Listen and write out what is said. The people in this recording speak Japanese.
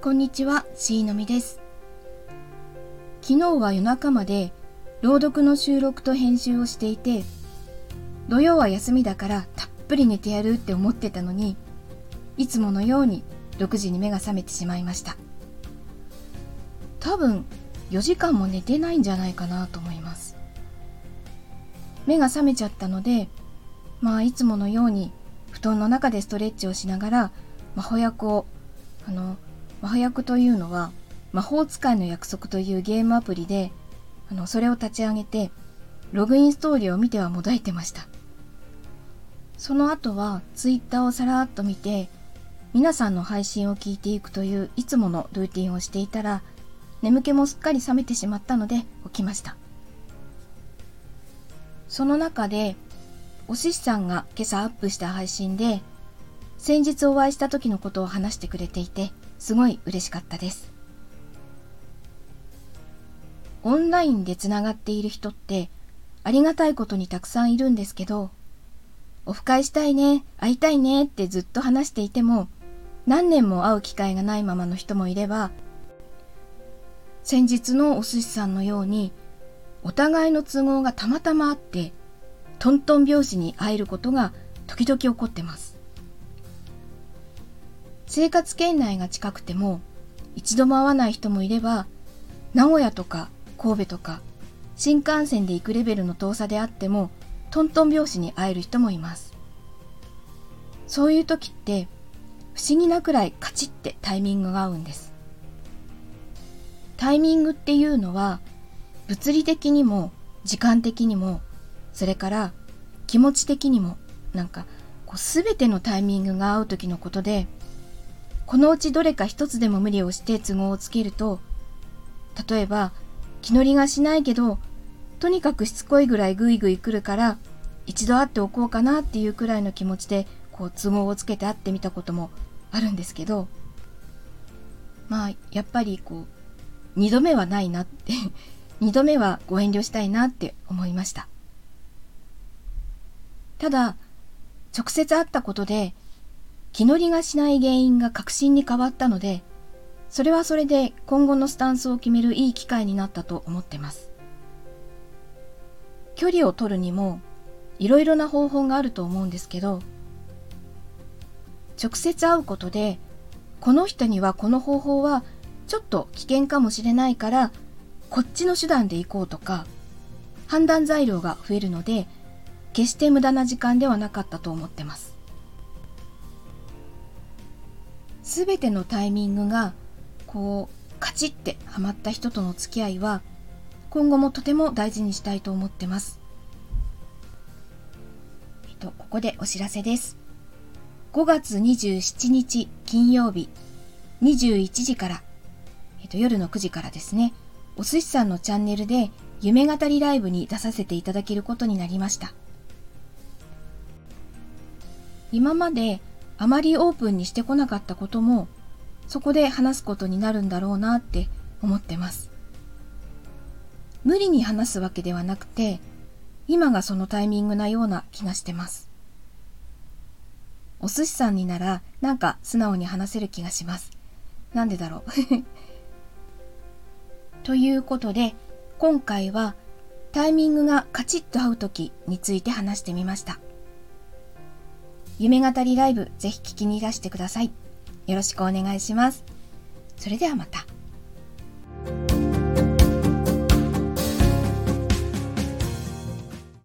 こんにちは、しーのみです。昨日は夜中まで朗読の収録と編集をしていて、土曜は休みだからたっぷり寝てやるって思ってたのに、いつものように6時に目が覚めてしまいました。多分4時間も寝てないんじゃないかなと思います。目が覚めちゃったので、いつものように布団の中でストレッチをしながら魔法薬を魔法薬というのは魔法使いの約束というゲームアプリでそれを立ち上げてログインストーリーを見てはもだえてました。その後はツイッターをさらっと見て皆さんの配信を聞いていくといういつものルーティンをしていたら、眠気もすっかり覚めてしまったので起きました。その中でおししさんが今朝アップした配信で先日お会いした時のことを話してくれていて、すごい嬉しかったです。オンラインでつながっている人ってありがたいことにたくさんいるんですけど、オフ会したいね、会いたいねってずっと話していても何年も会う機会がないままの人もいれば、先日のお寿司さんのようにお互いの都合がたまたまあってトントン拍子に会えることが時々起こってます。生活圏内が近くても一度も会わない人もいれば、名古屋とか神戸とか新幹線で行くレベルの遠さであってもトントン拍子に会える人もいます。そういう時って不思議なくらいカチッてタイミングが合うんです。タイミングっていうのは物理的にも時間的にも、それから気持ち的にも全てのタイミングが合う時のことで、このうちどれか一つでも無理をして都合をつけると、例えば気乗りがしないけどとにかくしつこいぐらいグイグイ来るから一度会っておこうかなっていうくらいの気持ちで都合をつけて会ってみたこともあるんですけど、やっぱり二度目はないなって二度目はご遠慮したいなって思いました。ただ直接会ったことで気乗りがしない原因が確信に変わったので、それはそれで今後のスタンスを決めるいい機会になったと思ってます。距離を取るにもいろいろな方法があると思うんですけど、直接会うことでこの人にはこの方法はちょっと危険かもしれないからこっちの手段で行こうとか判断材料が増えるので、決して無駄な時間ではなかったと思ってます。すべてのタイミングがカチッてはまった人との付き合いは今後もとても大事にしたいと思ってます。ここでお知らせです。5月27日金曜日21時から、夜の9時からですね、お寿司さんのチャンネルで夢語りライブに出させていただけることになりました。今まであまりオープンにしてこなかったこともそこで話すことになるんだろうなって思ってます。無理に話すわけではなくて、今がそのタイミングなような気がしてます。お寿司さんになら素直に話せる気がします。なんでだろうということで、今回はタイミングがカチッと合う時について話してみました。夢語りライブ、ぜひ聞きにいらしてください。よろしくお願いします。それではまた。